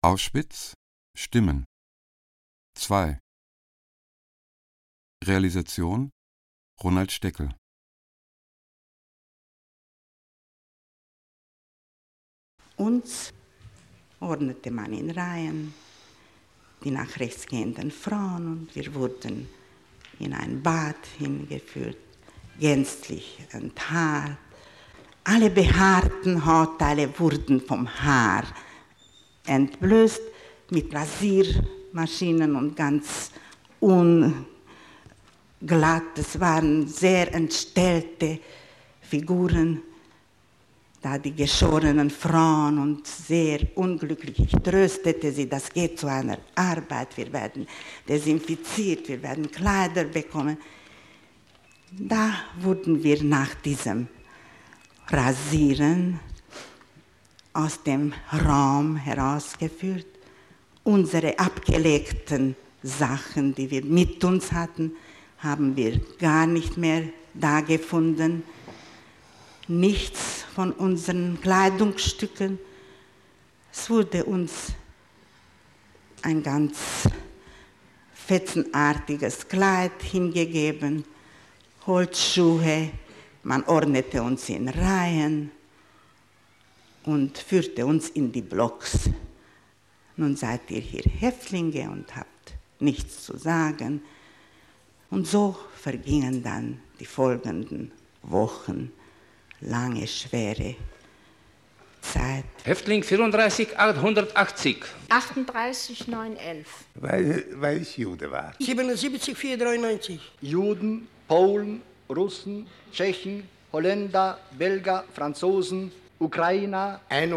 Auschwitz Stimmen 2 Realisation Ronald Steckel. Uns ordnete man in Reihen, die nach rechts gehenden Frauen, und wir wurden in ein Bad hingeführt, gänzlich enthaart. Alle behaarten Hautteile wurden vom Haar entblößt mit Rasiermaschinen und ganz unglatt. Es waren sehr entstellte Figuren, da die geschorenen Frauen, und sehr unglücklich. Ich tröstete sie, das geht zu einer Arbeit, wir werden desinfiziert, wir werden Kleider bekommen. Da wurden wir nach diesem Rasieren aus dem Raum herausgeführt. Unsere abgelegten Sachen, die wir mit uns hatten, haben wir gar nicht mehr da gefunden. Nichts von unseren Kleidungsstücken. Es wurde uns ein ganz fetzenartiges Kleid hingegeben, Holzschuhe. Man ordnete uns in Reihen und führte uns in die Blocks. Nun seid ihr hier Häftlinge und habt nichts zu sagen. Und so vergingen dann die folgenden Wochen, lange, schwere Zeit. Häftling 34.880. 38.911. Weil ich Jude war. 77.493. Juden, Polen, Russen, Tschechen, Holländer, Belgier, Franzosen, Ukrainer.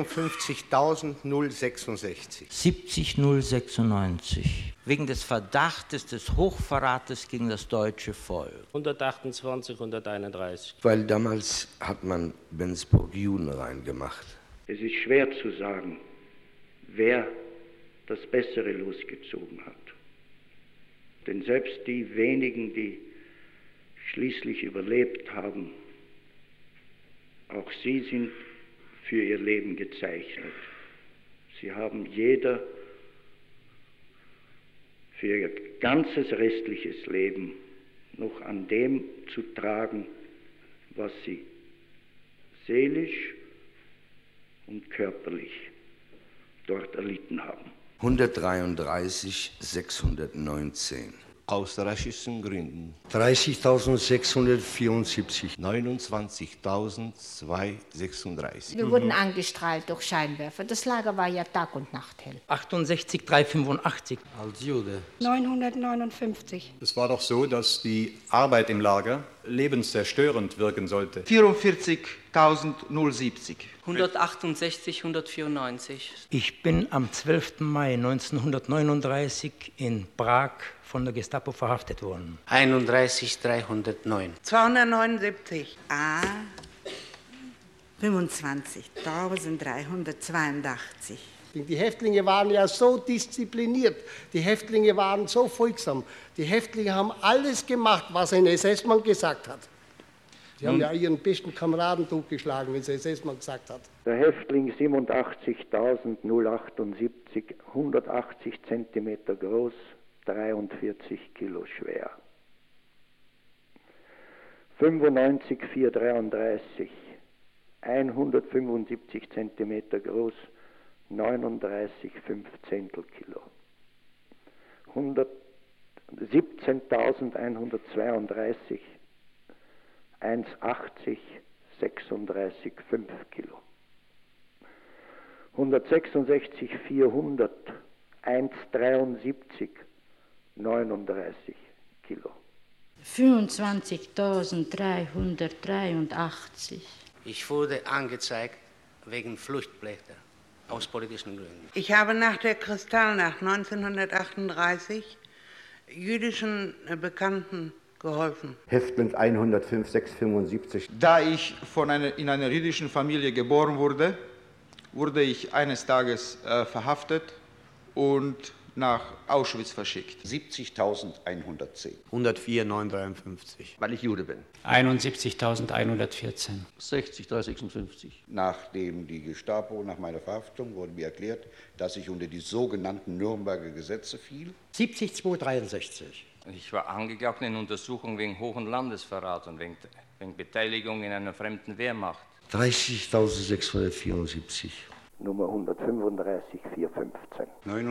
51.066. 70.096. Wegen des Verdachtes des Hochverrates gegen das deutsche Volk. 128, 131. Weil damals hat man Bensburg Juden reingemacht. Es ist schwer zu sagen, wer das Bessere losgezogen hat. Denn selbst die wenigen, die schließlich überlebt haben, auch sie sind für ihr Leben gezeichnet. Sie haben jeder für ihr ganzes restliches Leben noch an dem zu tragen, was sie seelisch und körperlich dort erlitten haben. 133.619. Aus rassischen Gründen. 30.674. 29.236. Wir wurden angestrahlt durch Scheinwerfer. Das Lager war ja Tag und Nacht hell. 68.385. Als Jude. 959. Es war doch so, dass die Arbeit im Lager lebenszerstörend wirken sollte. 44.070. 168, 194. Ich bin am 12. Mai 1939 in Prag von der Gestapo verhaftet worden. 31.309. 279. A. 25.382. Die Häftlinge waren ja so diszipliniert, die Häftlinge waren so folgsam. Die Häftlinge haben alles gemacht, was ein SS-Mann gesagt hat. Die haben ja ihren besten Kameraden totgeschlagen, wenn der SS-Mann gesagt hat. Der Häftling 87.078, 180 Zentimeter groß, 43 Kilo schwer. 95.433, 175 Zentimeter groß, 39,5 Kilo. 17.132, 1,80, 36,5 Kilo. 166.400, 1,73, 39 Kilo. 25.383. Ich wurde angezeigt wegen Fluchtblätter aus politischen Gründen. Ich habe nach der Kristallnacht 1938 jüdischen Bekannten geholfen. Häftling 105.675. Da ich in einer jüdischen Familie geboren wurde, wurde ich eines Tages verhaftet und nach Auschwitz verschickt. 70.110. 104.953. Weil ich Jude bin. 71.114. 60.356. Nachdem die Gestapo nach meiner Verhaftung wurde mir erklärt, dass ich unter die sogenannten Nürnberger Gesetze fiel. 70.263. Ich war angeklagt in Untersuchung wegen hohen Landesverrat und wegen Beteiligung in einer fremden Wehrmacht. 30.674. Nummer 135.415.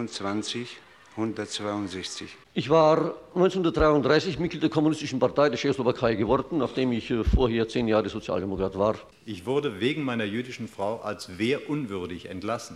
29.162. Ich war 1933 Mitglied der Kommunistischen Partei der Tschechoslowakei geworden, nachdem ich vorher 10 Jahre Sozialdemokrat war. Ich wurde wegen meiner jüdischen Frau als wehrunwürdig entlassen.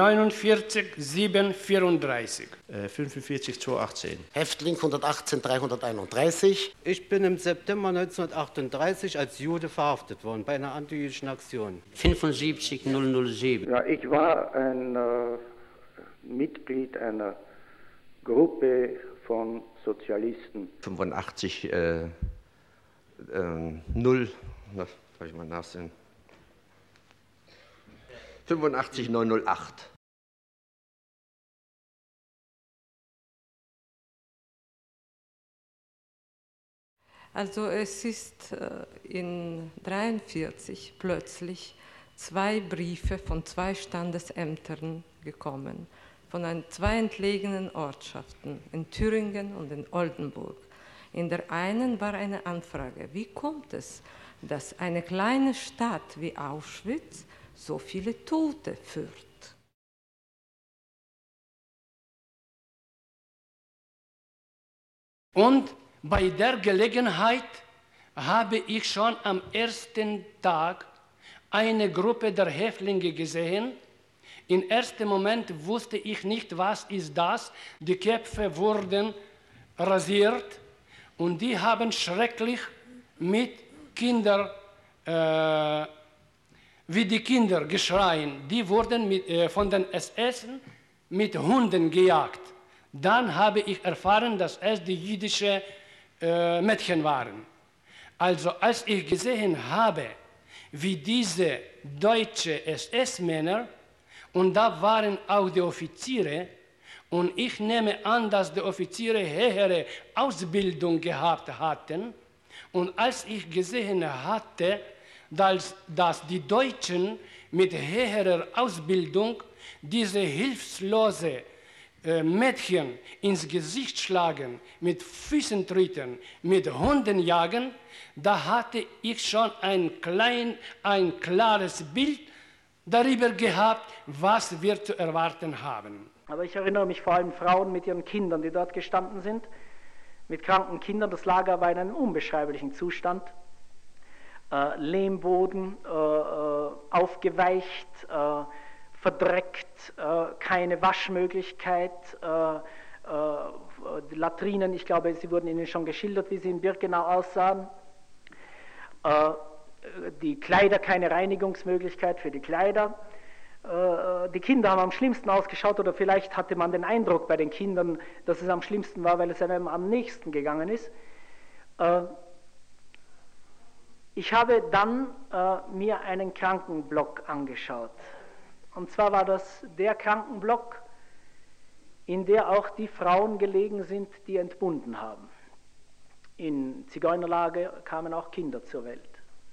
49.734. 45.218. Häftling 118.331. Ich bin im September 1938 als Jude verhaftet worden bei einer antijüdischen Aktion. 75.007. Ja, ich war ein Mitglied einer Gruppe von Sozialisten. 85 0, was soll ich mal nachsehen? 85.908. Also es ist in 1943 plötzlich 2 Briefe von 2 Standesämtern gekommen, von 2 entlegenen Ortschaften, in Thüringen und in Oldenburg. In der einen war eine Anfrage, wie kommt es, dass eine kleine Stadt wie Auschwitz so viele Tote führt? Und bei der Gelegenheit habe ich schon am ersten Tag eine Gruppe der Häftlinge gesehen. Im ersten Moment wusste ich nicht, was ist das. Die Köpfe wurden rasiert und die haben schrecklich mit Kindern, wie die Kinder geschreien. Die wurden von den SS mit Hunden gejagt. Dann habe ich erfahren, dass es die jüdischen Mädchen waren. Also als ich gesehen habe, wie diese deutschen SS-Männer, und da waren auch die Offiziere, und ich nehme an, dass die Offiziere höhere Ausbildung gehabt hatten, und als ich gesehen hatte, dass die Deutschen mit höherer Ausbildung diese hilflose Mädchen ins Gesicht schlagen, mit Füßen treten, mit Hunden jagen, da hatte ich schon ein klares Bild darüber gehabt, was wir zu erwarten haben. Aber ich erinnere mich vor allem Frauen mit ihren Kindern, die dort gestanden sind, mit kranken Kindern. Das Lager war in einem unbeschreiblichen Zustand. Lehmboden, aufgeweicht, verdreckt, keine Waschmöglichkeit, die Latrinen, ich glaube, sie wurden Ihnen schon geschildert, wie sie in Birkenau aussahen. Die Kleider, keine Reinigungsmöglichkeit für die Kleider. Die Kinder haben am schlimmsten ausgeschaut, oder vielleicht hatte man den Eindruck bei den Kindern, dass es am schlimmsten war, weil es einem am nächsten gegangen ist. Ich habe dann mir einen Krankenblock angeschaut. Und zwar war das der Krankenblock, in der auch die Frauen gelegen sind, die entbunden haben. In Zigeunerlager kamen auch Kinder zur Welt.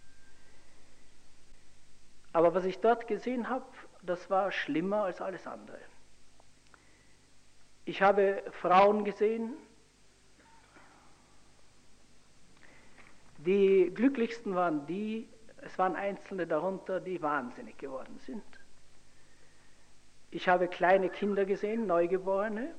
Aber was ich dort gesehen habe, das war schlimmer als alles andere. Ich habe Frauen gesehen, die glücklichsten waren die, es waren Einzelne darunter, die wahnsinnig geworden sind. Ich habe kleine Kinder gesehen, Neugeborene.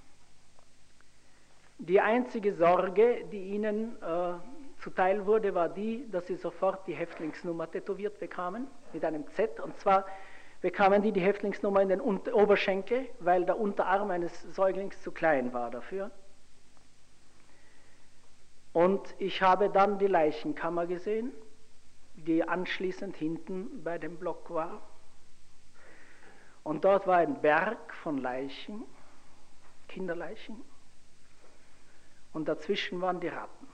Die einzige Sorge, die ihnen zuteil wurde, war die, dass sie sofort die Häftlingsnummer tätowiert bekamen, mit einem Z. Und zwar bekamen die Häftlingsnummer in den Oberschenkel, weil der Unterarm eines Säuglings zu klein war dafür. Und ich habe dann die Leichenkammer gesehen, die anschließend hinten bei dem Block war. Und dort war ein Berg von Leichen, Kinderleichen, und dazwischen waren die Ratten.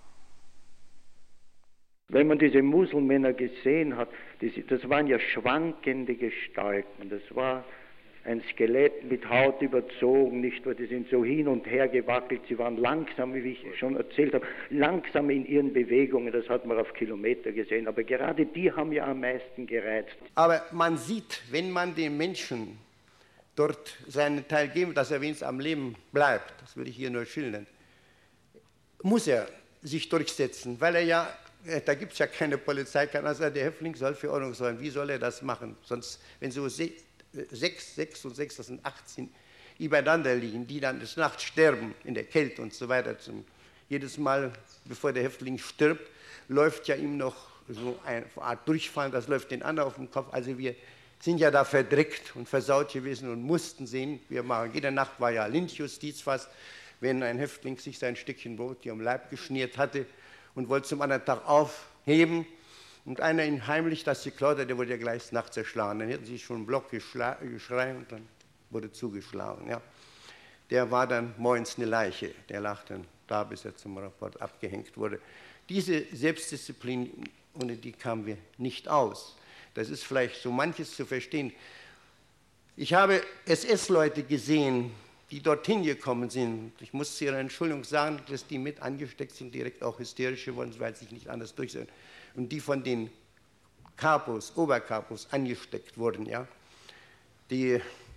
Wenn man diese Muselmänner gesehen hat, das waren ja schwankende Gestalten, das war ein Skelett mit Haut überzogen, nicht wahr? Die sind so hin und her gewackelt, sie waren langsam, wie ich schon erzählt habe, langsam in ihren Bewegungen, das hat man auf Kilometer gesehen, aber gerade die haben ja am meisten gereizt. Aber man sieht, wenn man den Menschen dort seinen Teil geben, dass er wenigstens am Leben bleibt, das würde ich hier nur schildern, muss er sich durchsetzen, weil er ja, da gibt es ja keine Polizei, kann er sagen, der Häftling soll für Ordnung sorgen, wie soll er das machen? Sonst, wenn so 6 und 6, das sind 18, übereinander liegen, die dann des Nachts sterben, in der Kälte und so weiter, jedes Mal, bevor der Häftling stirbt, läuft ja ihm noch so eine Art Durchfall, das läuft den anderen auf den Kopf, also wir sind ja da verdreckt und versaut gewesen und mussten sehen, wir machen, jede Nacht war ja Lynchjustiz fast, wenn ein Häftling sich sein Stückchen Brot hier am Leib geschmiert hatte und wollte zum anderen Tag aufheben und einer ihn heimlich das geklaut hat, der wurde ja gleich nachts erschlagen. Dann hätten sie schon einen Block geschrien und dann wurde zugeschlagen. Ja. Der war dann morgens eine Leiche, der lag dann da, bis er zum Rapport abgehängt wurde. Diese Selbstdisziplin, ohne die kamen wir nicht aus. Das ist vielleicht so manches zu verstehen. Ich habe SS-Leute gesehen, die dorthin gekommen sind. Ich muss zu ihrer Entschuldigung sagen, dass die mit angesteckt sind, direkt auch hysterisch geworden, weil sie sich nicht anders durchsetzen. Und die von den Kapos, Oberkapos angesteckt wurden. Ja. Die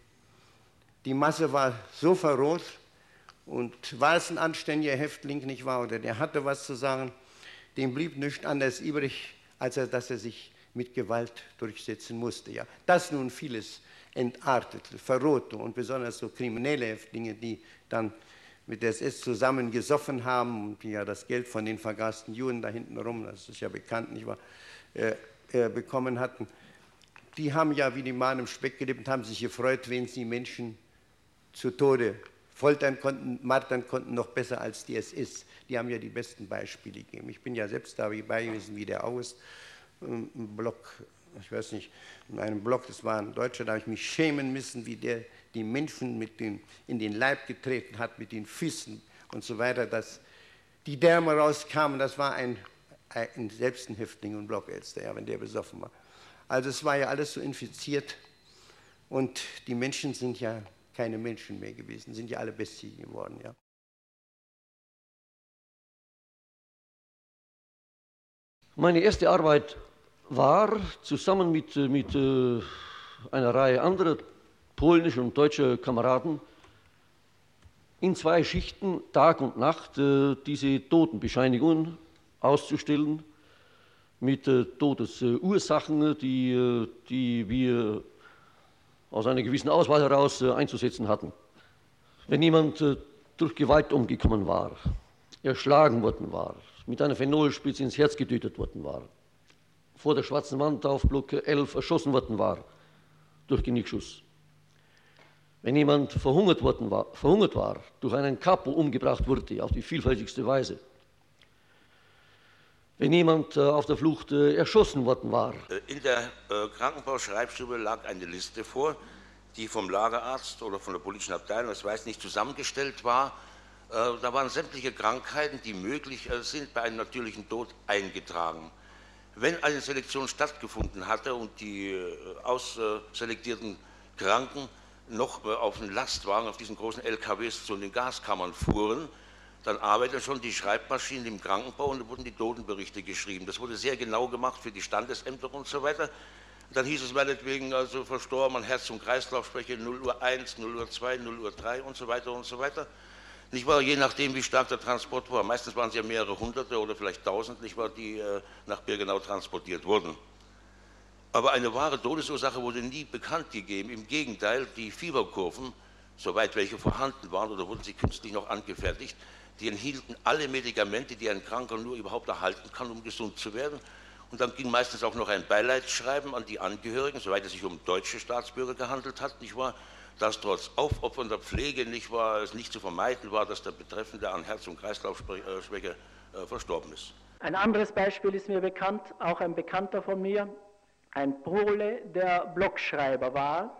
Masse war so verroht und war es ein anständiger Häftling, nicht wahr, oder der hatte was zu sagen, dem blieb nichts anderes übrig, als dass er sich mit Gewalt durchsetzen musste. Ja. Das nun vieles entartete, verrohte und besonders so kriminelle Häftlinge, die dann mit der SS zusammen gesoffen haben und die ja das Geld von den vergasten Juden da hinten rum, das ist ja bekannt, nicht wahr, bekommen hatten, die haben ja wie die Mahn im Speck gelebt und haben sich gefreut, wenn sie Menschen zu Tode foltern konnten, martern konnten, noch besser als die SS. Die haben ja die besten Beispiele gegeben. Ich bin ja selbst dabei gewesen, wie der August, ein Block, ich weiß nicht, in einem Block, das war ein Deutscher, da habe ich mich schämen müssen, wie der die Menschen in den Leib getreten hat, mit den Füßen und so weiter, dass die Därme rauskamen, das war selbst ein Häftling und Blockälster, ja, wenn der besoffen war. Also es war ja alles so infiziert und die Menschen sind ja keine Menschen mehr gewesen, sind ja alle Bestien geworden. Ja. Meine erste Arbeit war, zusammen mit einer Reihe anderer polnischer und deutscher Kameraden, in 2 Schichten, Tag und Nacht, diese Totenbescheinigungen auszustellen mit Todesursachen, die wir aus einer gewissen Auswahl heraus einzusetzen hatten. Wenn jemand durch Gewalt umgekommen war, erschlagen worden war, mit einer Phenolspritze ins Herz getötet worden war, vor der Schwarzen Wand auf Block 11 erschossen worden war durch Genickschuss. Wenn jemand verhungert war, durch einen Kapo umgebracht wurde, auf die vielfältigste Weise. Wenn jemand auf der Flucht erschossen worden war. In der Krankenbauschreibstube lag eine Liste vor, die vom Lagerarzt oder von der politischen Abteilung, das weiß nicht, zusammengestellt war. Da waren sämtliche Krankheiten, die möglich sind, bei einem natürlichen Tod eingetragen. Wenn eine Selektion stattgefunden hatte und die ausselektierten Kranken noch auf den Lastwagen, auf diesen großen LKWs zu den Gaskammern fuhren, dann arbeitete schon die Schreibmaschinen im Krankenbau und da wurden die Totenberichte geschrieben. Das wurde sehr genau gemacht für die Standesämter und so weiter. Dann hieß es meinetwegen, also verstorben an Herz- und Kreislaufschwäche 0 Uhr 1, 0 Uhr 2, 0 Uhr 3 und so weiter und so weiter. Nicht wahr, je nachdem, wie stark der Transport war. Meistens waren es ja mehrere Hunderte oder vielleicht 1000, nicht wahr, die nach Birkenau transportiert wurden. Aber eine wahre Todesursache wurde nie bekannt gegeben. Im Gegenteil, die Fieberkurven, soweit welche vorhanden waren oder wurden sie künstlich noch angefertigt, die enthielten alle Medikamente, die ein Kranker nur überhaupt erhalten kann, um gesund zu werden. Und dann ging meistens auch noch ein Beileidsschreiben an die Angehörigen, soweit es sich um deutsche Staatsbürger gehandelt hat, nicht wahr, dass trotz aufopfernder Pflege, nicht wahr, es nicht zu vermeiden war, dass der Betreffende an Herz- und Kreislaufschwäche verstorben ist. Ein anderes Beispiel ist mir bekannt, auch ein Bekannter von mir, ein Pole, der Blockschreiber war,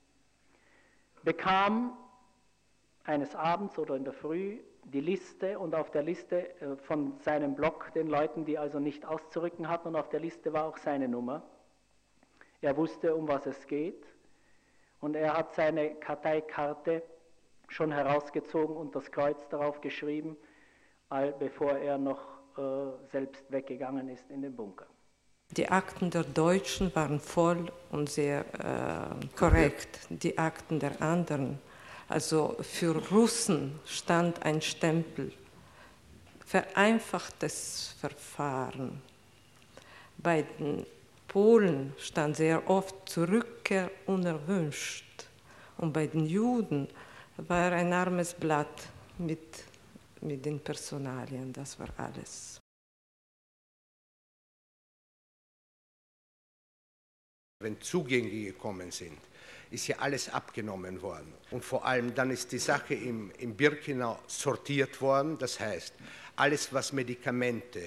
bekam eines Abends oder in der Früh die Liste und auf der Liste von seinem Block, den Leuten, die also nicht auszurücken hatten, und auf der Liste war auch seine Nummer. Er wusste, um was es geht Und er hat seine Karteikarte schon herausgezogen und das Kreuz darauf geschrieben, bevor er noch selbst weggegangen ist in den Bunker. Die Akten der Deutschen waren voll und sehr korrekt, die Akten der anderen. Also für Russen stand ein Stempel, vereinfachtes Verfahren. Bei den Polen stand sehr oft Zurückkehr unerwünscht. Und bei den Juden war ein armes Blatt mit den Personalien, das war alles. Wenn Zugänge gekommen sind, ist ja alles abgenommen worden. Und vor allem dann ist die Sache im Birkenau sortiert worden. Das heißt, alles, was Medikamente,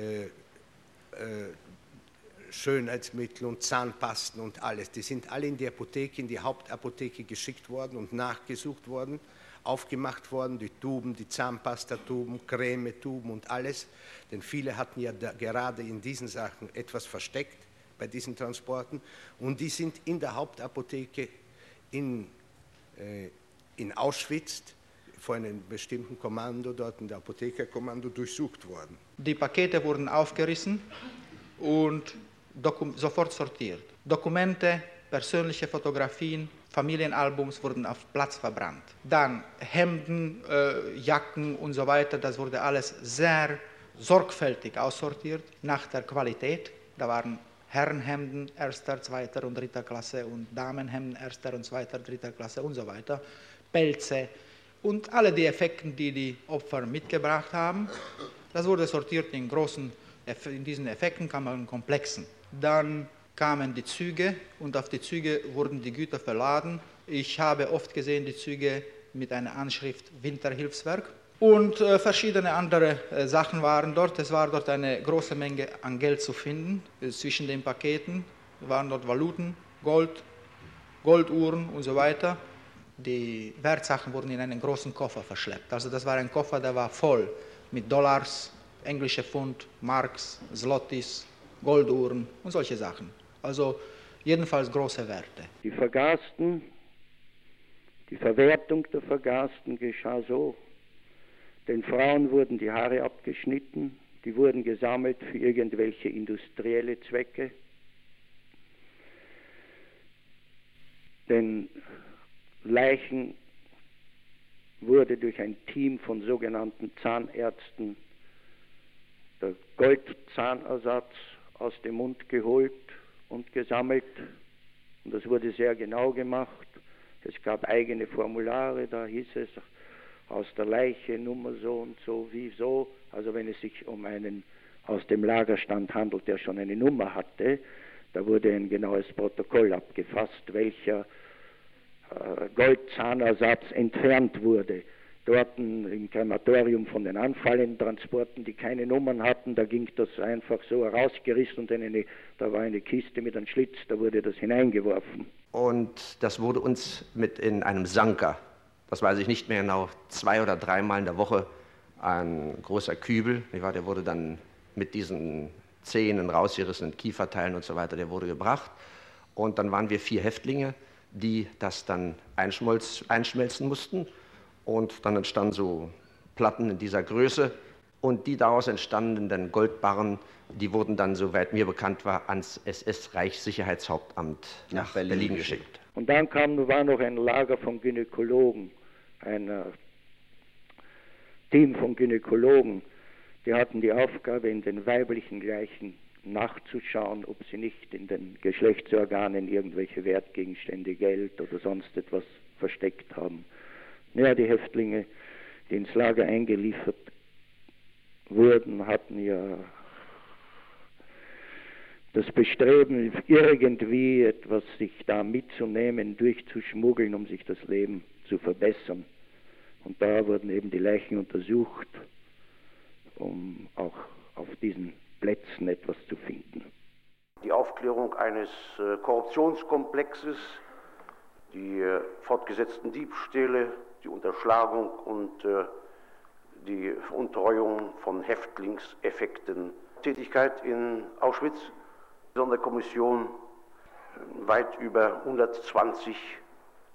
Schönheitsmittel und Zahnpasten und alles, die sind alle in die Apotheke, in die Hauptapotheke geschickt worden und nachgesucht worden, aufgemacht worden, die Tuben, die Zahnpastatuben, Cremetuben und alles. Denn viele hatten ja gerade in diesen Sachen etwas versteckt bei diesen Transporten, und die sind in der Hauptapotheke in Auschwitz von einem bestimmten Kommando, dort in der Apothekerkommando, durchsucht worden. Die Pakete wurden aufgerissen und sofort sortiert. Dokumente, persönliche Fotografien, Familienalbums wurden auf Platz verbrannt. Dann Hemden, Jacken und so weiter, das wurde alles sehr sorgfältig aussortiert nach der Qualität. Da waren Herrenhemden erster, zweiter und dritter Klasse und Damenhemden erster und zweiter, dritter Klasse und so weiter, Pelze und alle die Effekte, die die Opfer mitgebracht haben. Das wurde sortiert in diesen Effekten, kamen Komplexen. Dann kamen die Züge und auf die Züge wurden die Güter verladen. Ich habe oft gesehen die Züge mit einer Anschrift Winterhilfswerk. Und verschiedene andere Sachen waren dort. Es war dort eine große Menge an Geld zu finden. Zwischen den Paketen waren dort Valuten, Gold, Golduhren und so weiter. Die Wertsachen wurden in einen großen Koffer verschleppt. Also das war ein Koffer, der war voll mit Dollars, englische Pfund, Marks, Zlotys, Golduhren und solche Sachen. Also jedenfalls große Werte. Die Verwertung der Vergasten geschah so. Den Frauen wurden die Haare abgeschnitten, die wurden gesammelt für irgendwelche industrielle Zwecke. Den Leichen wurde durch ein Team von sogenannten Zahnärzten der Goldzahnersatz aus dem Mund geholt und gesammelt. Und das wurde sehr genau gemacht. Es gab eigene Formulare, da hieß es, aus der Leiche Nummer so und so, wie so. Also wenn es sich um einen aus dem Lagerstand handelt, der schon eine Nummer hatte, da wurde ein genaues Protokoll abgefasst, welcher Goldzahnersatz entfernt wurde. Dort im Krematorium von den anfallenden Transporten, die keine Nummern hatten, da ging das einfach so herausgerissen und da war eine Kiste mit einem Schlitz, da wurde das hineingeworfen. Und das wurde uns mit in einem Sanker, das weiß ich nicht mehr genau, 2 oder 3 Mal in der Woche, ein großer Kübel, der wurde dann mit diesen Zähnen rausgerissenen Kieferteilen und so weiter, der wurde gebracht. Und dann waren wir 4 Häftlinge, die das dann einschmelzen mussten. Und dann entstanden so Platten in dieser Größe. Und die daraus entstandenen Goldbarren, die wurden dann, soweit mir bekannt war, ans SS-Reichssicherheitshauptamt nach Berlin geschickt. Und dann war noch ein Lager von Gynäkologen, ein Team von Gynäkologen, die hatten die Aufgabe, in den weiblichen Leichen nachzuschauen, ob sie nicht in den Geschlechtsorganen irgendwelche Wertgegenstände, Geld oder sonst etwas versteckt haben. Ja, die Häftlinge, die ins Lager eingeliefert wurden, hatten ja das Bestreben, irgendwie etwas sich da mitzunehmen, durchzuschmuggeln, um sich das Leben zu verbessern. Und da wurden eben die Leichen untersucht, um auch auf diesen Plätzen etwas zu finden. Die Aufklärung eines Korruptionskomplexes, die fortgesetzten Diebstähle, die Unterschlagung und die Veruntreuung von Häftlingseffekten. Tätigkeit in Auschwitz, Sonderkommission, weit über 120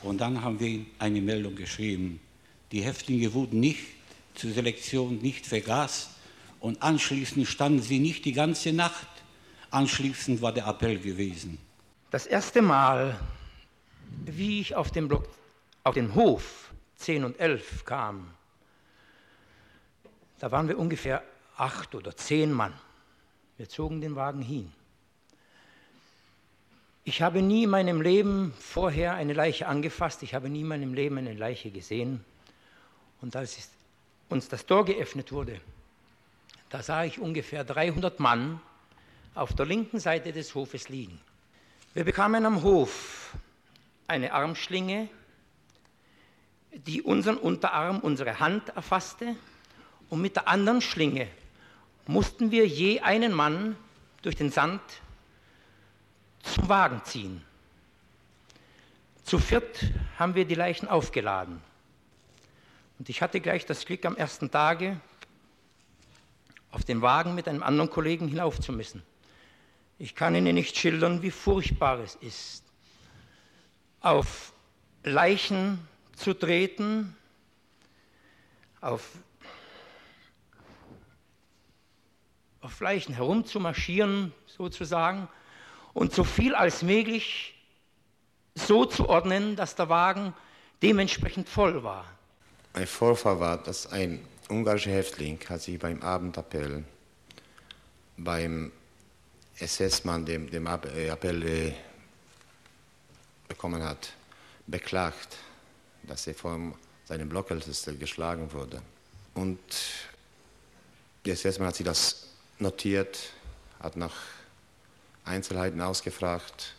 Und dann haben wir eine Meldung geschrieben. Die Häftlinge wurden nicht zur Selektion nicht vergast und anschließend standen sie nicht die ganze Nacht. Anschließend war der Appell gewesen. Das erste Mal, wie ich auf den Hof 10 und 11 kam, da waren wir ungefähr 8 oder 10 Mann. Wir zogen den Wagen hin. Ich habe nie in meinem Leben vorher eine Leiche angefasst, ich habe nie in meinem Leben eine Leiche gesehen. Und als uns das Tor geöffnet wurde, da sah ich ungefähr 300 Mann auf der linken Seite des Hofes liegen. Wir bekamen am Hof eine Armschlinge, die unseren Unterarm, unsere Hand erfasste, und mit der anderen Schlinge mussten wir je einen Mann durch den Sand zum Wagen ziehen. Zu viert haben wir die Leichen aufgeladen. Und ich hatte gleich das Glück, am ersten Tage auf den Wagen mit einem anderen Kollegen hinauf zu müssen. Ich kann Ihnen nicht schildern, wie furchtbar es ist, auf Leichen zu treten, auf Leichen herumzumarschieren, sozusagen, und so viel als möglich so zu ordnen, dass der Wagen dementsprechend voll war. Ein Vorfall war, dass ein ungarischer Häftling hat sich beim Abendappell beim SS-Mann, dem Appell bekommen hat, beklagt, dass er von seinem Blockältesten geschlagen wurde. Und der SS-Mann hat sich das notiert, hat nach Einzelheiten ausgefragt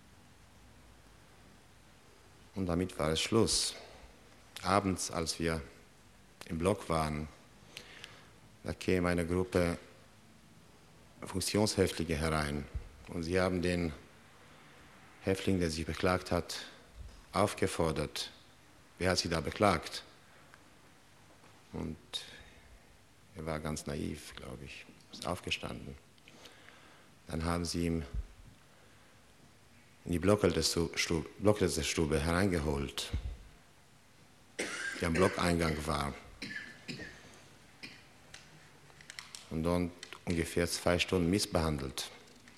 und damit war es Schluss. Abends, als wir im Block waren, da kam eine Gruppe Funktionshäftlinge herein und sie haben den Häftling, der sich beklagt hat, aufgefordert. Wer hat sich da beklagt? Und er war ganz naiv, glaube ich, ist aufgestanden. Dann haben sie ihn in die Blockältestenstube hereingeholt, die am Blockeingang war. Und dort ungefähr 2 Stunden missbehandelt.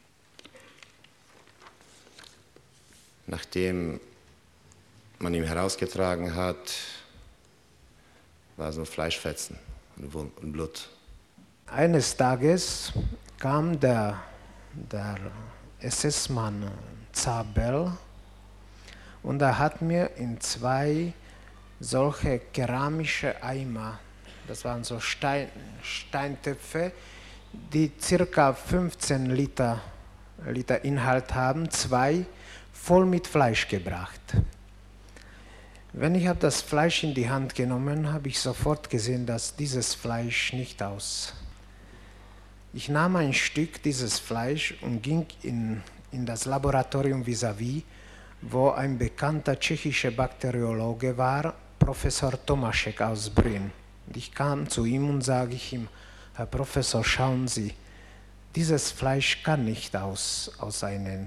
Nachdem man ihn herausgetragen hat, war es nur Fleischfetzen und Blut. Eines Tages kam der SS-Mann Zabel und er hat mir in 2 solche keramische Eimer, das waren so Steintöpfe, die ca. 15 Liter Inhalt haben, 2 voll mit Fleisch gebracht. Wenn ich das Fleisch in die Hand genommen habe, ich sofort gesehen, dass dieses Fleisch nicht aus. Ich nahm ein Stück dieses Fleisch und ging in das Laboratorium vis-à-vis, wo ein bekannter tschechischer Bakteriologe war, Professor Tomašek aus Brünn. Ich kam zu ihm und sage ihm, Herr Professor, schauen Sie, dieses Fleisch kann nicht aus einem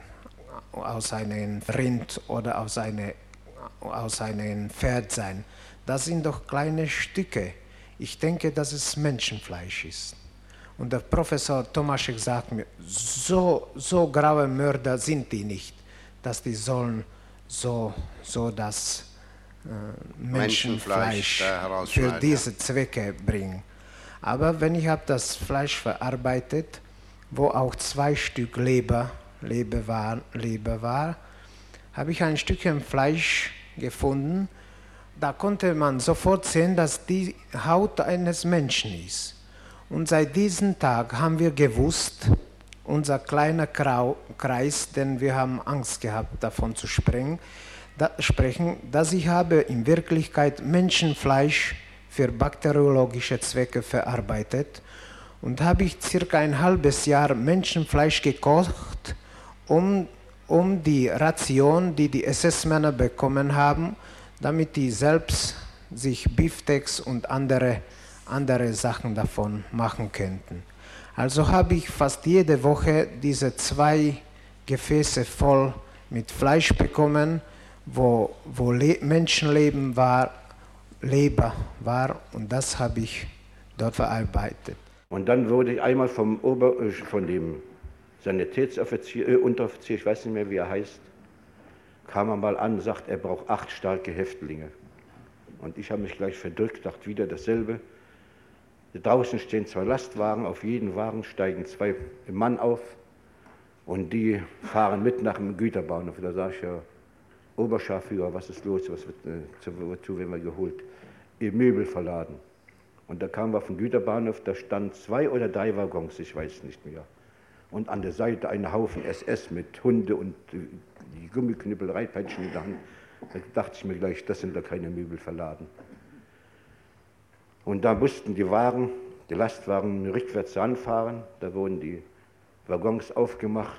Rind oder aus einem Pferd sein. Das sind doch kleine Stücke. Ich denke, dass es Menschenfleisch ist. Und der Professor Tomašek sagt mir, so graue Mörder sind die nicht, dass die sollen so das Menschenfleisch für diese Zwecke bringen. Aber wenn ich das Fleisch verarbeitet, wo auch 2 Stück Leber war, habe ich ein Stückchen Fleisch gefunden. Da konnte man sofort sehen, dass die Haut eines Menschen ist. Und seit diesem Tag haben wir gewusst, unser kleiner Kreis, denn wir haben Angst gehabt, davon zu sprechen, dass ich habe in Wirklichkeit Menschenfleisch für bakteriologische Zwecke verarbeitet und habe ich circa ein halbes Jahr Menschenfleisch gekocht, um die Ration, die SS-Männer bekommen haben, damit die selbst sich Beefsteaks und andere Sachen davon machen könnten. Also habe ich fast jede Woche diese 2 Gefäße voll mit Fleisch bekommen wo Menschenleben war, und das habe ich dort verarbeitet. Und dann wurde ich einmal von dem Sanitätsoffizier, Unteroffizier, ich weiß nicht mehr, wie er heißt, kam er mal an und sagt, er braucht 8 starke Häftlinge. Und ich habe mich gleich verdrückt, dachte wieder dasselbe. Draußen stehen 2 Lastwagen, auf jeden Wagen steigen 2 Mann auf und die fahren mit nach dem Güterbahnhof. Da sage ich ja, Oberscharführer, was ist los, wozu werden wir geholt? Ihr Möbel verladen. Und da kamen wir vom Güterbahnhof, da standen 2 oder 3 Waggons, ich weiß nicht mehr. Und an der Seite ein Haufen SS mit Hunde und die Gummiknüppel, Reitpeitschen in der Hand. Da dachte ich mir gleich, das sind da keine Möbel verladen. Und da mussten die Lastwagen rückwärts ranfahren. Da wurden die Waggons aufgemacht.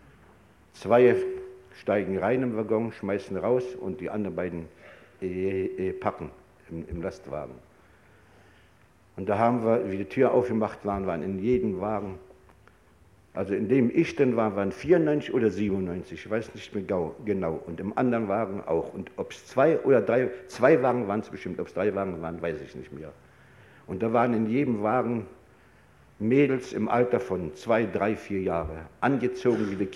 2 steigen rein im Waggon, schmeißen raus und die anderen beiden packen im Lastwagen. Und da haben wir, wie die Tür aufgemacht waren in jedem Wagen, also in dem ich dann war, waren 94 oder 97, ich weiß nicht mehr genau. Und im anderen Wagen auch. Und ob es 2 oder 3, 2 Wagen waren es bestimmt, ob es 3 Wagen waren, weiß ich nicht mehr. Und da waren in jedem Wagen Mädels im Alter von 2, 3, 4 Jahre, angezogen wie die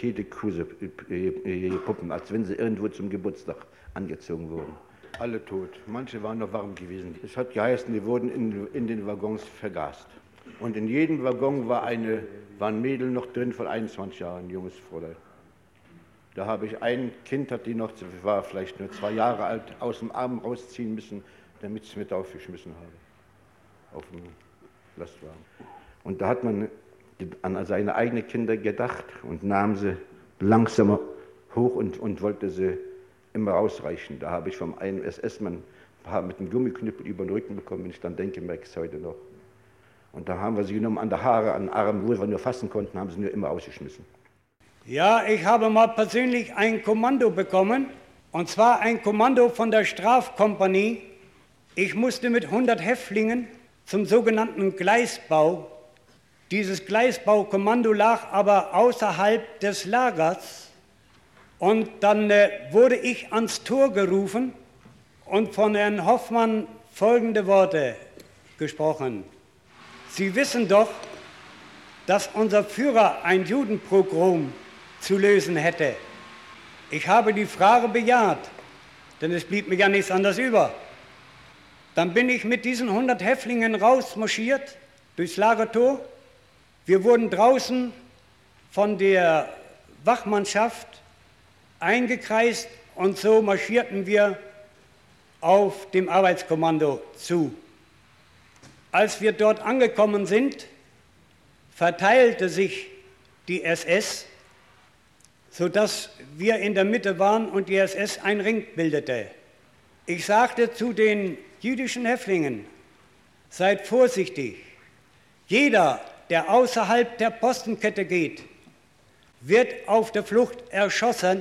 Käthe-Kruse-Puppen, als wenn sie irgendwo zum Geburtstag angezogen wurden. Alle tot, manche waren noch warm gewesen. Es hat geheißen, die wurden in den Waggons vergast. Und in jedem Waggon war ein Mädel noch drin von 21 Jahren, ein junges Fräulein. Da habe ich ein Kind, war vielleicht nur 2 Jahre alt, aus dem Arm rausziehen müssen, damit ich es mit aufgeschmissen habe, auf dem Lastwagen. Und da hat man an seine eigenen Kinder gedacht und nahm sie langsamer hoch und wollte sie immer rausreichen. Da habe ich vom einen SS-Mann mit einem Gummiknüppel über den Rücken bekommen, wenn ich dann denke, merke ich es heute noch. Und da haben wir sie genommen an der Haare, an den Armen, wo wir nur fassen konnten, haben sie nur immer ausgeschmissen. Ja, ich habe mal persönlich ein Kommando bekommen, und zwar ein Kommando von der Strafkompanie. Ich musste mit 100 Häftlingen zum sogenannten Gleisbau. Dieses Gleisbaukommando lag aber außerhalb des Lagers. Und dann wurde ich ans Tor gerufen und von Herrn Hoffmann folgende Worte gesprochen. Sie wissen doch, dass unser Führer ein Judenpogrom zu lösen hätte. Ich habe die Frage bejaht, denn es blieb mir ja nichts anderes über. Dann bin ich mit diesen 100 Häftlingen rausmarschiert durchs Lagertor. Wir wurden draußen von der Wachmannschaft eingekreist und so marschierten wir auf dem Arbeitskommando zu. Als wir dort angekommen sind, verteilte sich die SS, sodass wir in der Mitte waren und die SS einen Ring bildete. Ich sagte zu den jüdischen Häftlingen, seid vorsichtig, jeder, der außerhalb der Postenkette geht, wird auf der Flucht erschossen.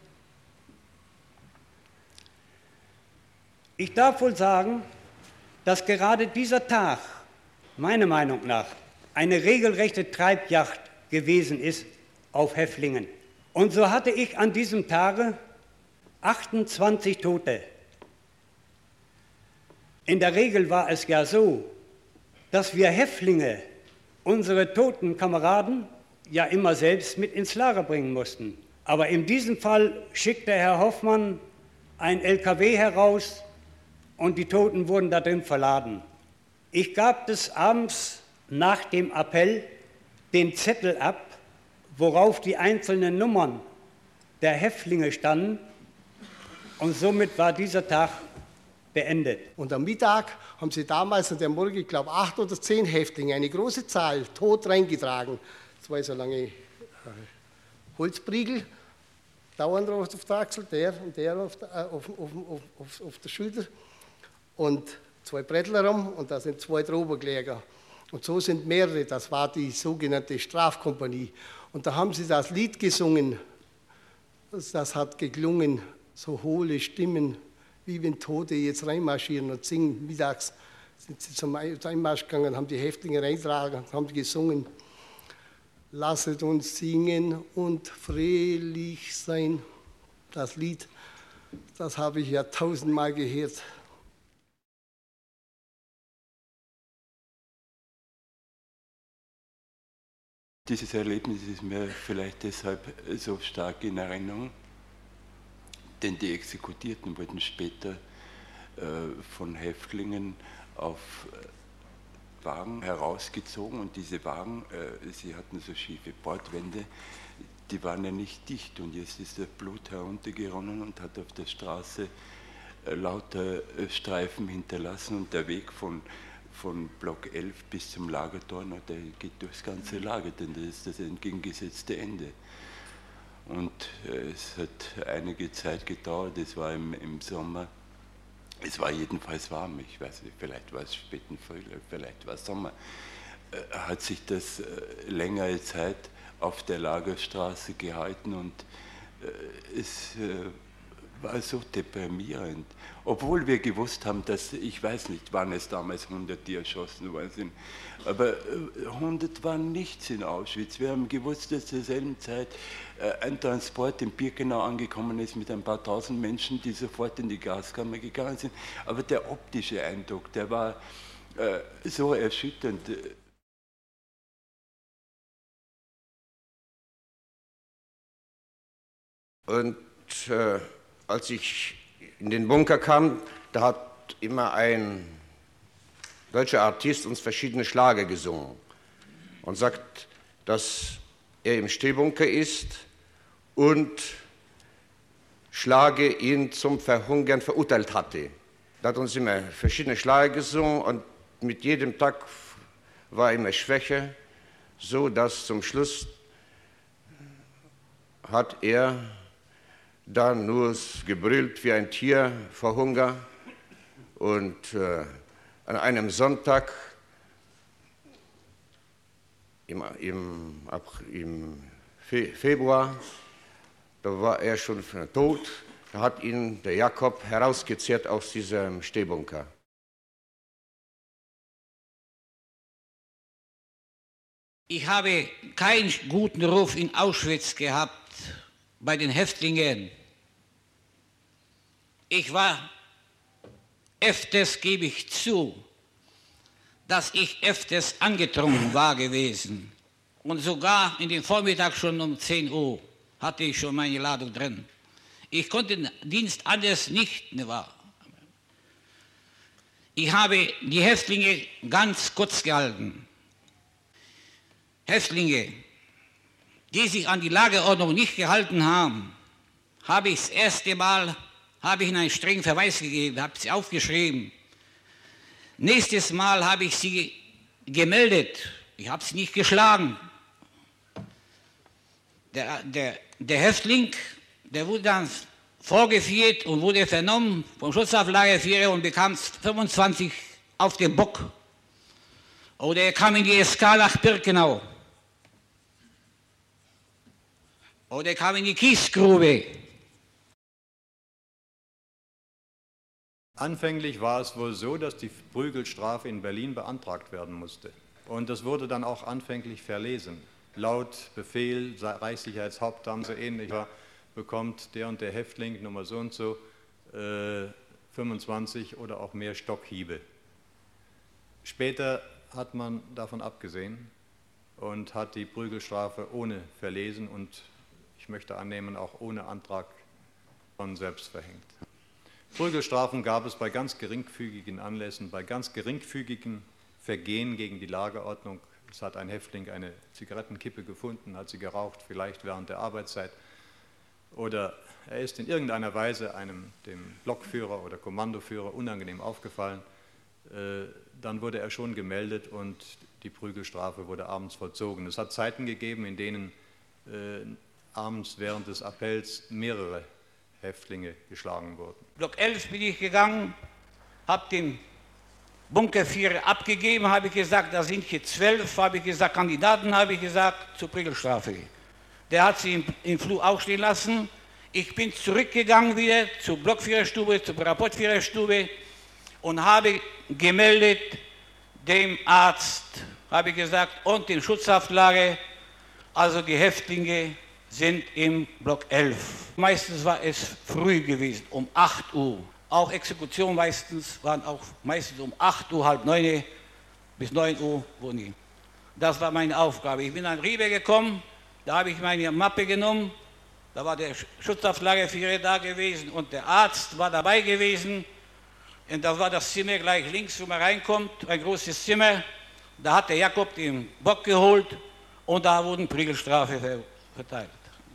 Ich darf wohl sagen, dass gerade dieser Tag, meiner Meinung nach, eine regelrechte Treibjagd gewesen ist auf Häftlingen. Und so hatte ich an diesem Tage 28 Tote. In der Regel war es ja so, dass wir Häftlinge, unsere toten Kameraden, ja immer selbst mit ins Lager bringen mussten. Aber in diesem Fall schickte Herr Hoffmann ein LKW heraus und die Toten wurden da drin verladen. Ich gab des Abends nach dem Appell den Zettel ab, worauf die einzelnen Nummern der Häftlinge standen, und somit war dieser Tag beendet. Und am Mittag haben sie damals an der Morgen, ich glaube 8 oder 10 Häftlinge, eine große Zahl, tot reingetragen. 2 so lange Holzpriegel, dauernd auf der Achsel, der und der auf der Schulter und 2 Brettler rum und da sind 2 drüber gelegen. Und so sind mehrere, das war die sogenannte Strafkompanie. Und da haben sie das Lied gesungen, das hat geklungen, so hohle Stimmen, wie wenn Tote jetzt reinmarschieren und singen. Mittags sind sie zum Einmarsch gegangen, haben die Häftlinge reingetragen, haben gesungen. Lasset uns singen und fröhlich sein. Das Lied Das habe ich ja tausendmal gehört. Dieses Erlebnis ist mir vielleicht deshalb so stark in Erinnerung, denn die Exekutierten wurden später von Häftlingen auf Wagen herausgezogen und diese Wagen, sie hatten so schiefe Bordwände, die waren ja nicht dicht und jetzt ist das Blut heruntergeronnen und hat auf der Straße lauter Streifen hinterlassen und der Weg von Block 11 bis zum Lagertor, der geht durchs ganze Lager, denn das ist das entgegengesetzte Ende. Und es hat einige Zeit gedauert, es war im Sommer, es war jedenfalls warm, ich weiß nicht, vielleicht war es späten Frühling, vielleicht war es Sommer, hat sich das längere Zeit auf der Lagerstraße gehalten und es war so deprimierend. Obwohl wir gewusst haben, dass, ich weiß nicht, wann es damals 100, die erschossen worden sind, aber 100 waren nichts in Auschwitz. Wir haben gewusst, dass zur selben Zeit ein Transport in Birkenau angekommen ist mit ein paar tausend Menschen, die sofort in die Gaskammer gegangen sind. Aber der optische Eindruck, der war so erschütternd. Und als ich in den Bunker kam, da hat immer ein deutscher Artist uns verschiedene Schlager gesungen und sagt, dass er im Stehbunker ist und Schlage ihn zum Verhungern verurteilt hatte. Er hat uns immer verschiedene Schlager gesungen und mit jedem Tag war er immer schwächer, so dass zum Schluss hat er dann nur gebrüllt wie ein Tier vor Hunger. Und an einem Sonntag im Februar, da war er schon tot, da hat ihn der Jakob herausgezerrt aus diesem Stehbunker. Ich habe keinen guten Ruf in Auschwitz gehabt bei den Häftlingen. Ich war öfters, gebe ich zu, dass ich öfters angetrunken war gewesen. Und sogar in den Vormittag schon um 10 Uhr hatte ich schon meine Ladung drin. Ich konnte den Dienst anders nicht, ne wahr? Ich habe die Häftlinge ganz kurz gehalten. Häftlinge, die sich an die Lagerordnung nicht gehalten haben, habe ich das erste Mal ihnen einen strengen Verweis gegeben, habe sie aufgeschrieben. Nächstes Mal habe ich sie gemeldet, ich habe sie nicht geschlagen. Der Häftling, der wurde dann vorgeführt und wurde vernommen vom Schutzhaftlagerführer und bekam 25 auf den Bock. Oder er kam in die SK nach Birkenau. Oder er kam in die Kiesgrube. Anfänglich war es wohl so, dass die Prügelstrafe in Berlin beantragt werden musste. Und das wurde dann auch anfänglich verlesen. Laut Befehl, Reichssicherheitshauptamt, so ähnlich, bekommt der und der Häftling, Nummer so und so, 25 oder auch mehr Stockhiebe. Später hat man davon abgesehen und hat die Prügelstrafe ohne Verlesen und ich möchte annehmen, auch ohne Antrag von selbst verhängt. Prügelstrafen gab es bei ganz geringfügigen Anlässen, bei ganz geringfügigen Vergehen gegen die Lagerordnung. Es hat ein Häftling eine Zigarettenkippe gefunden, hat sie geraucht, vielleicht während der Arbeitszeit. Oder er ist in irgendeiner Weise dem Blockführer oder Kommandoführer unangenehm aufgefallen. Dann wurde er schon gemeldet und die Prügelstrafe wurde abends vollzogen. Es hat Zeiten gegeben, in denen abends während des Appells mehrere Häftlinge geschlagen wurden. Block 11 bin ich gegangen, habe den Bunkerführer abgegeben, habe ich gesagt, da sind hier 12, habe ich gesagt, Kandidaten, habe ich gesagt, zur Prügelstrafe. Der hat sie im Flur aufstehen lassen. Ich bin zurückgegangen wieder zur Blockführerstube, zur Rapportführerstube und habe gemeldet dem Arzt, habe ich gesagt, und dem Schutzhaftlager, also die Häftlinge sind im Block 11. Meistens war es früh gewesen, um 8 Uhr. Auch Exekutionen meistens waren auch meistens um 8 Uhr, halb 9 bis 9 Uhr, wo nie. Das war meine Aufgabe. Ich bin an Riebe gekommen, da habe ich meine Mappe genommen, da war der Schutzauflageführer da gewesen und der Arzt war dabei gewesen. Und das war das Zimmer gleich links, wo man reinkommt, ein großes Zimmer. Da hat der Jakob den Bock geholt und da wurden Prügelstrafe verteilt.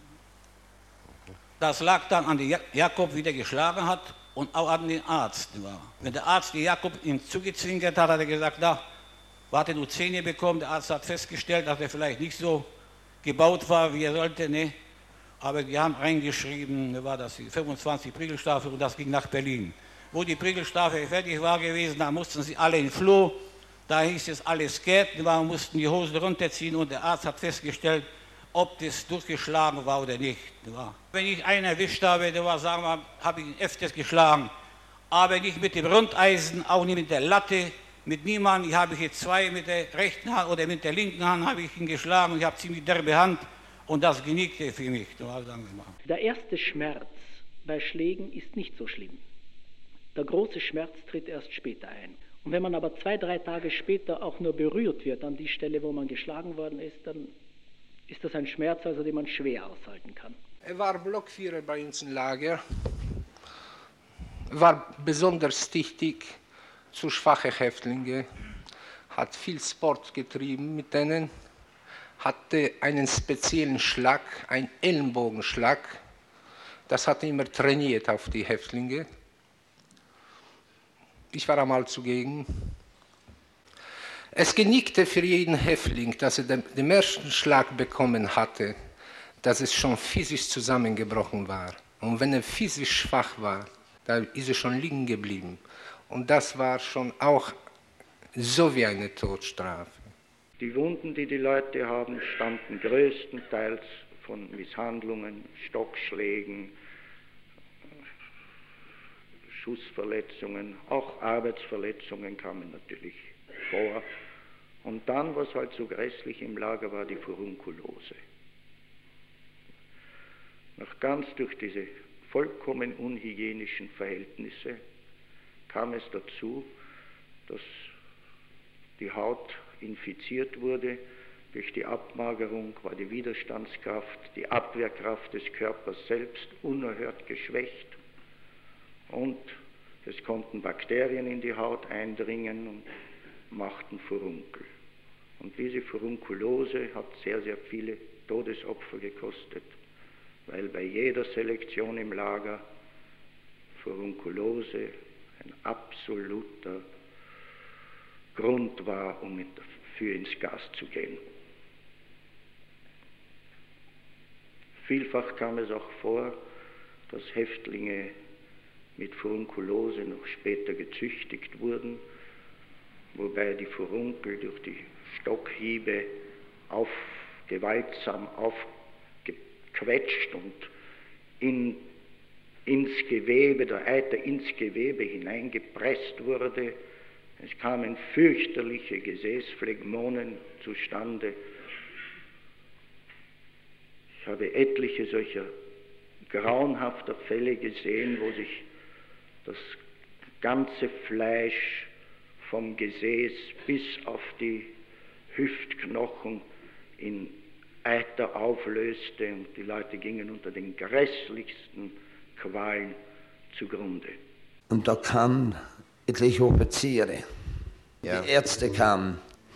Das lag dann an den Jakob, wie der geschlagen hat, und auch an den Arzt. Wenn der Arzt den Jakob ihm zugezwinkert hat, hat er gesagt, na, warte, du Zähne bekommen. Der Arzt hat festgestellt, dass er vielleicht nicht so gebaut war, wie er sollte. Ne? Aber die haben reingeschrieben, war das die 25 Prügelstrafe und das ging nach Berlin. Wo die Prügelstrafe fertig war gewesen, da mussten sie alle in den Flur. Da hieß es, alles geht, mussten die Hosen runterziehen und der Arzt hat festgestellt, ob das durchgeschlagen war oder nicht. Wenn ich einen erwischt habe, sagen wir, habe ich ihn öfters geschlagen. Aber nicht mit dem Rundeisen, auch nicht mit der Latte, mit niemandem. Ich habe hier zwei mit der rechten Hand oder mit der linken Hand habe ich ihn geschlagen. Ich habe ziemlich derbe Hand und das genickte für mich. Der erste Schmerz bei Schlägen ist nicht so schlimm. Der große Schmerz tritt erst später ein. Und wenn man aber 2, 3 Tage später auch nur berührt wird an die Stelle, wo man geschlagen worden ist, dann ist das ein Schmerz, also den man schwer aushalten kann. Er war Blockführer bei uns im Lager, war besonders tüchtig zu schwachen Häftlingen, hat viel Sport getrieben mit denen, hatte einen speziellen Schlag, einen Ellenbogenschlag, das hat er immer trainiert auf die Häftlinge. Ich war einmal zugegen. Es genickte für jeden Häftling, dass er den ersten Schlag bekommen hatte, dass es schon physisch zusammengebrochen war. Und wenn er physisch schwach war, dann ist er schon liegen geblieben. Und das war schon auch so wie eine Todesstrafe. Die Wunden, die die Leute haben, stammten größtenteils von Misshandlungen, Stockschlägen, Schussverletzungen, auch Arbeitsverletzungen kamen natürlich vor. Und dann, was halt so grässlich im Lager war, die Furunkulose. Ganz durch diese vollkommen unhygienischen Verhältnisse kam es dazu, dass die Haut infiziert wurde. Durch die Abmagerung war die Widerstandskraft, die Abwehrkraft des Körpers selbst unerhört geschwächt. Und es konnten Bakterien in die Haut eindringen und machten Furunkel. Und diese Furunkulose hat sehr, sehr viele Todesopfer gekostet, weil bei jeder Selektion im Lager Furunkulose ein absoluter Grund war, um dafür ins Gas zu gehen. Vielfach kam es auch vor, dass Häftlinge mit Furunkulose noch später gezüchtigt wurden, wobei die Furunkel durch die Stockhiebe gewaltsam aufgequetscht und ins Gewebe, der Eiter ins Gewebe hineingepresst wurde. Es kamen fürchterliche Gesäßphlegmonen zustande. Ich habe etliche solcher grauenhafter Fälle gesehen, wo sich das ganze Fleisch vom Gesäß bis auf die Hüftknochen in Eiter auflöste und die Leute gingen unter den grässlichsten Qualen zugrunde. Und da kamen etliche Offiziere. Ja. Die Ärzte kamen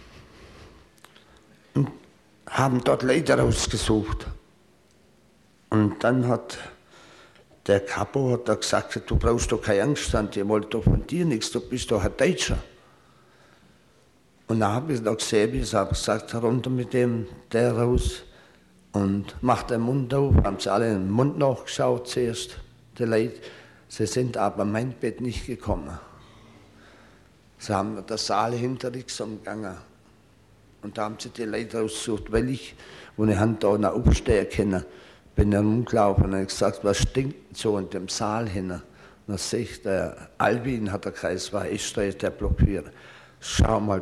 und haben dort Leute rausgesucht. Und dann hat der Kapo da gesagt, du brauchst doch keine Angst haben, die wollen doch von dir nichts, du bist doch ein Deutscher. Und dann habe ich noch gesehen, wie ich habe gesagt, runter mit dem, der raus und macht den Mund auf, haben sie alle in den Mund nachgeschaut zuerst, die Leute. Sie sind aber an mein Bett nicht gekommen. Sie haben den Saal hinter nichts umgegangen. Und da haben sie die Leute rausgesucht, weil ich, wo ich da noch aufstehen können, bin dann umgelaufen und habe gesagt, was stinkt so in dem Saal hin? Und dann sehe ich, der Albin hat der Kreis, war ich stehe der Blockierer. Schau mal.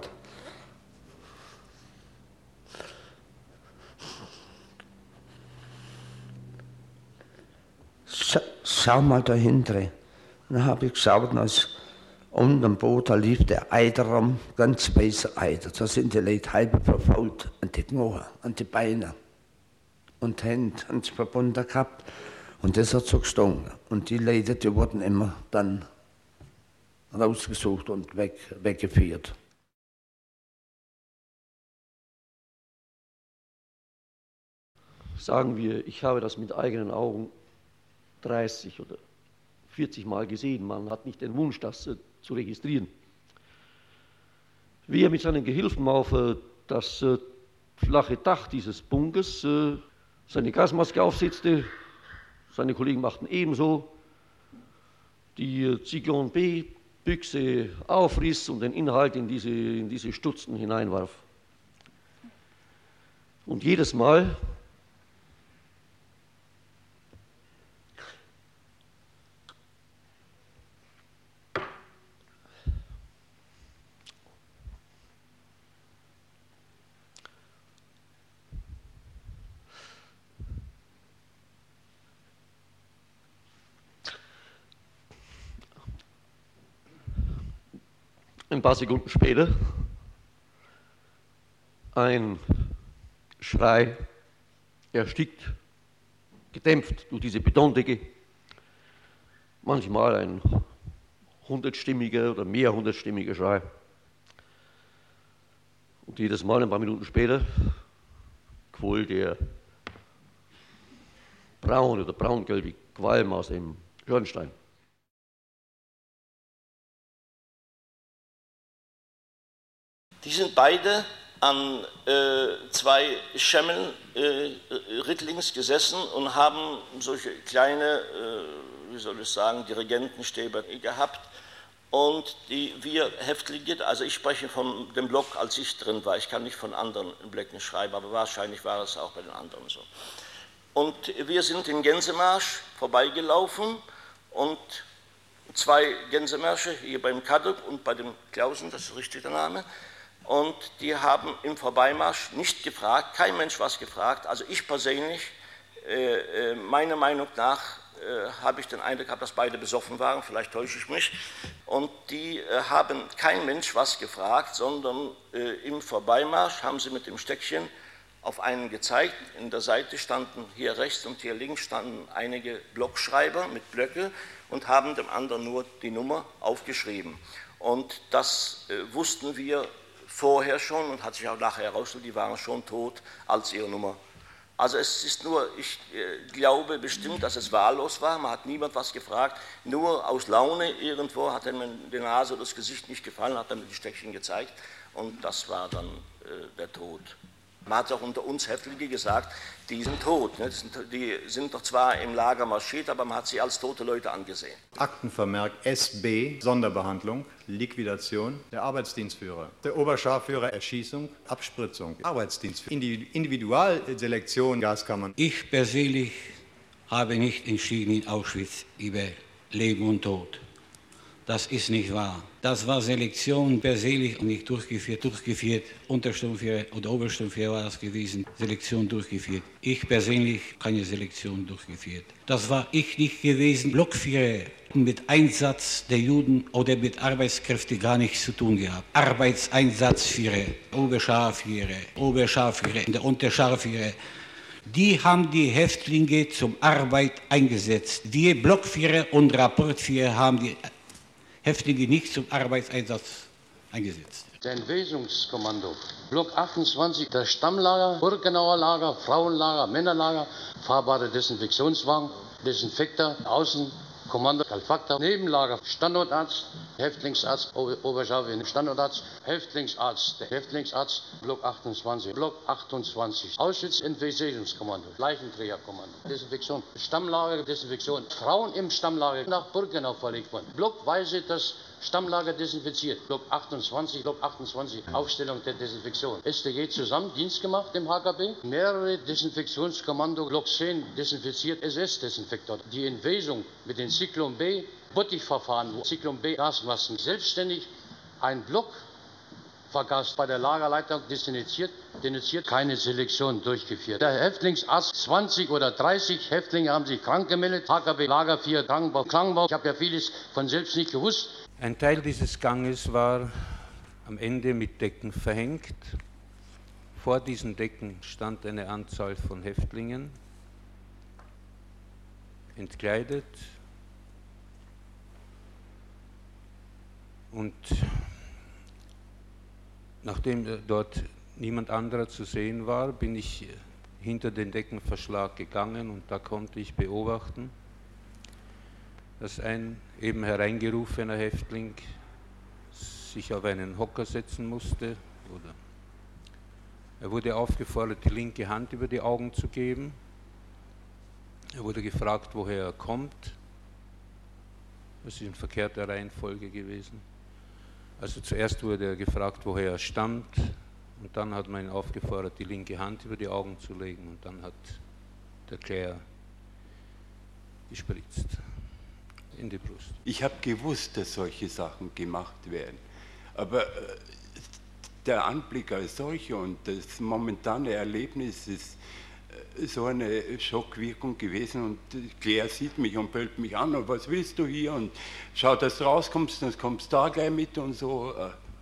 schau mal dahinter. Dann habe ich geschaut, und als um dem Boot, da lief der Eider rum, ganz weißer Eider. Da sind die Leute halb verfault an die Knochen, an die Beine und die Hände haben sie verbunden gehabt. Und das hat so gestunken. Und die Leute, die wurden immer dann rausgesucht und weggeführt. Sagen wir, ich habe das mit eigenen Augen 30 oder 40 Mal gesehen. Man hat nicht den Wunsch, das zu registrieren. Wie er mit seinen Gehilfen auf das flache Dach dieses Bunkers seine Gasmaske aufsetzte, seine Kollegen machten ebenso, die Zyklon B-Büchse aufriss und den Inhalt in diese Stutzen hineinwarf. Und jedes Mal ein paar Sekunden später ein Schrei, erstickt, gedämpft durch diese Betondecke, manchmal ein 100-stimmiger oder mehr 100-stimmiger Schrei. Und jedes Mal, ein paar Minuten später, quoll der braune oder braungelbe Qualm aus dem Schornstein. Die sind beide an zwei Schemmeln rittlings gesessen und haben solche kleine, wie soll ich sagen, Dirigentenstäbe gehabt. Und wir Häftlinge, also ich spreche von dem Block, als ich drin war, ich kann nicht von anderen Blöcken schreiben, aber wahrscheinlich war es auch bei den anderen so. Und wir sind den Gänsemarsch vorbeigelaufen und zwei Gänsemärsche, hier beim Kadup und bei dem Klausen, das ist richtig der Name, und die haben im Vorbeimarsch nicht gefragt, kein Mensch was gefragt. Also ich persönlich, meiner Meinung nach, habe ich den Eindruck gehabt, dass beide besoffen waren, vielleicht täusche ich mich. Und die haben kein Mensch was gefragt, sondern im Vorbeimarsch haben sie mit dem Stöckchen auf einen gezeigt. In der Seite standen hier rechts und hier links standen einige Blockschreiber mit Blöcke und haben dem anderen nur die Nummer aufgeschrieben. Und das wussten wir vorher schon und hat sich auch nachher herausgestellt, die waren schon tot als ihre Nummer. Also es ist nur, ich glaube bestimmt, dass es wahllos war, man hat niemand was gefragt, nur aus Laune irgendwo hat er mir die Nase oder das Gesicht nicht gefallen, hat er mir die Stöckchen gezeigt und das war dann der Tod. Man hat auch unter uns Häftlinge gesagt, die sind tot. Ne? Die sind doch zwar im Lager marschiert, aber man hat sie als tote Leute angesehen. Aktenvermerk SB, Sonderbehandlung, Liquidation, der Arbeitsdienstführer, der Oberscharführer, Erschießung, Abspritzung, Arbeitsdienstführer, Individualselektion, Gaskammern. Ich persönlich habe nicht entschieden in Auschwitz über Leben und Tod. Das ist nicht wahr. Das war Selektion persönlich und nicht durchgeführt. Untersturmführer oder Obersturmführer war das gewesen, Selektion durchgeführt. Ich persönlich keine Selektion durchgeführt. Das war ich nicht gewesen. Blockführer mit Einsatz der Juden oder mit Arbeitskräften gar nichts zu tun gehabt. Arbeitseinsatzführer, Oberscharführer, der Unterscharführer. Die haben die Häftlinge zum Arbeit eingesetzt. Die Blockführer und Rapportführer haben die Häftlinge nicht zum Arbeitseinsatz eingesetzt. Der Entwesungskommando, Block 28, das Stammlager, Burgenauer Lager, Frauenlager, Männerlager, fahrbare Desinfektionswagen, Desinfektor, Außen, Kommando, Kalfaktor, Nebenlager, Standortarzt, Häftlingsarzt, Oberscharführer, Standortarzt, Häftlingsarzt, Block 28, Auschwitz, Entwesungskommando, Leichenträgerkommando, Desinfektion, Stammlager, Desinfektion, Frauen im Stammlager nach Burgenau verlegt worden, blockweise das Stammlager desinfiziert, Block 28, Aufstellung der Desinfektion. StG zusammen, Dienst gemacht im HKB, mehrere Desinfektionskommando, Block 10 desinfiziert, SS-Desinfektor. Die Entwesung mit den Zyklon B, Bottichverfahren, Zyklon B, Gasmasken, selbstständig ein Block vergaß bei der Lagerleitung desinfiziert, denunziert, keine Selektion durchgeführt. Der Häftlingsarzt, 20 oder 30 Häftlinge haben sich krank gemeldet. HKB Lager 4, Krankenbau. Ich habe ja vieles von selbst nicht gewusst. Ein Teil dieses Ganges war am Ende mit Decken verhängt. Vor diesen Decken stand eine Anzahl von Häftlingen, entkleidet. Und nachdem dort niemand anderer zu sehen war, bin ich hinter den Deckenverschlag gegangen und da konnte ich beobachten, dass ein eben hereingerufener Häftling sich auf einen Hocker setzen musste. Oder er wurde aufgefordert, die linke Hand über die Augen zu geben. Er wurde gefragt, woher er kommt. Das ist in verkehrter Reihenfolge gewesen. Also zuerst wurde er gefragt, woher er stammt, und dann hat man ihn aufgefordert, die linke Hand über die Augen zu legen, und dann hat der Kläger gespritzt in die Brust. Ich habe gewusst, dass solche Sachen gemacht werden, aber der Anblick als solcher und das momentane Erlebnis ist so eine Schockwirkung gewesen, und Claire sieht mich und bellt mich an, und was willst du hier, und schau, dass du rauskommst, dann kommst du da gleich mit und so.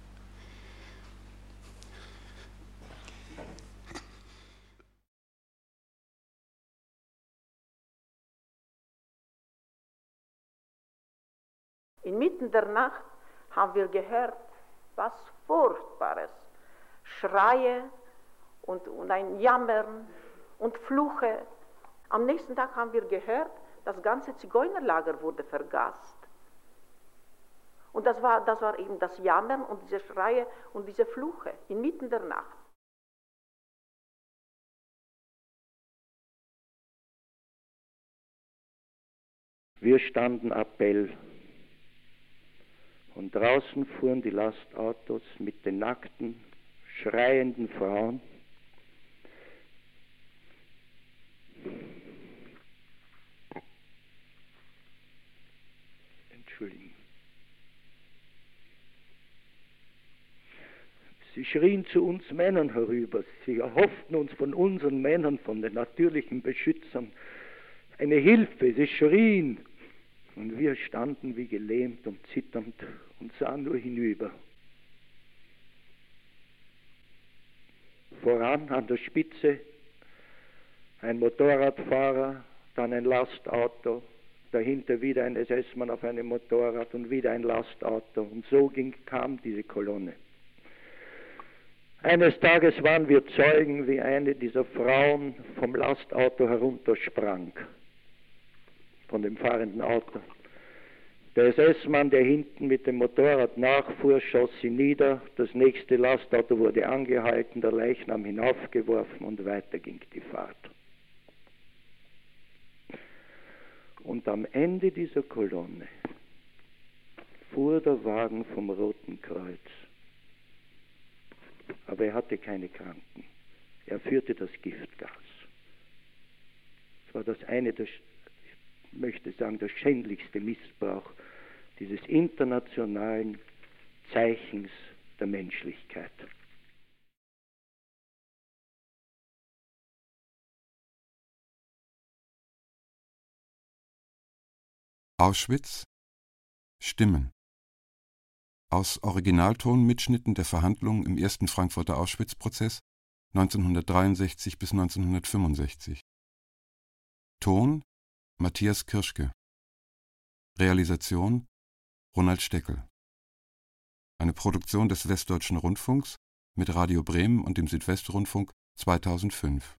Inmitten der Nacht haben wir gehört, was Furchtbares, Schreie und ein Jammern und Fluche. Am nächsten Tag haben wir gehört, das ganze Zigeunerlager wurde vergast. Und das war eben das Jammern und diese Schreie und diese Fluche inmitten der Nacht. Wir standen Appell. Und draußen fuhren die Lastautos mit den nackten, schreienden Frauen. Entschuldigen. Sie schrien zu uns Männern herüber. Sie erhofften uns von unseren Männern, von den natürlichen Beschützern, eine Hilfe. Sie schrien. Und wir standen wie gelähmt und zitternd und sahen nur hinüber. Voran an der Spitze ein Motorradfahrer, dann ein Lastauto, dahinter wieder ein SS-Mann auf einem Motorrad und wieder ein Lastauto. Und so kam diese Kolonne. Eines Tages waren wir Zeugen, wie eine dieser Frauen vom Lastauto heruntersprang, von dem fahrenden Auto. Der SS-Mann, der hinten mit dem Motorrad nachfuhr, schoss sie nieder. Das nächste Lastauto wurde angehalten, der Leichnam hinaufgeworfen und weiter ging die Fahrt. Und am Ende dieser Kolonne fuhr der Wagen vom Roten Kreuz. Aber er hatte keine Kranken. Er führte das Giftgas. Es war das eine der, ich möchte sagen, der schändlichste Missbrauch dieses internationalen Zeichens der Menschlichkeit. Auschwitz. Stimmen. Aus Originaltonmitschnitten der Verhandlungen im ersten Frankfurter Auschwitz-Prozess 1963 bis 1965. Ton Matthias Kirschke. Realisation Ronald Steckel. Eine Produktion des Westdeutschen Rundfunks mit Radio Bremen und dem Südwestrundfunk 2005.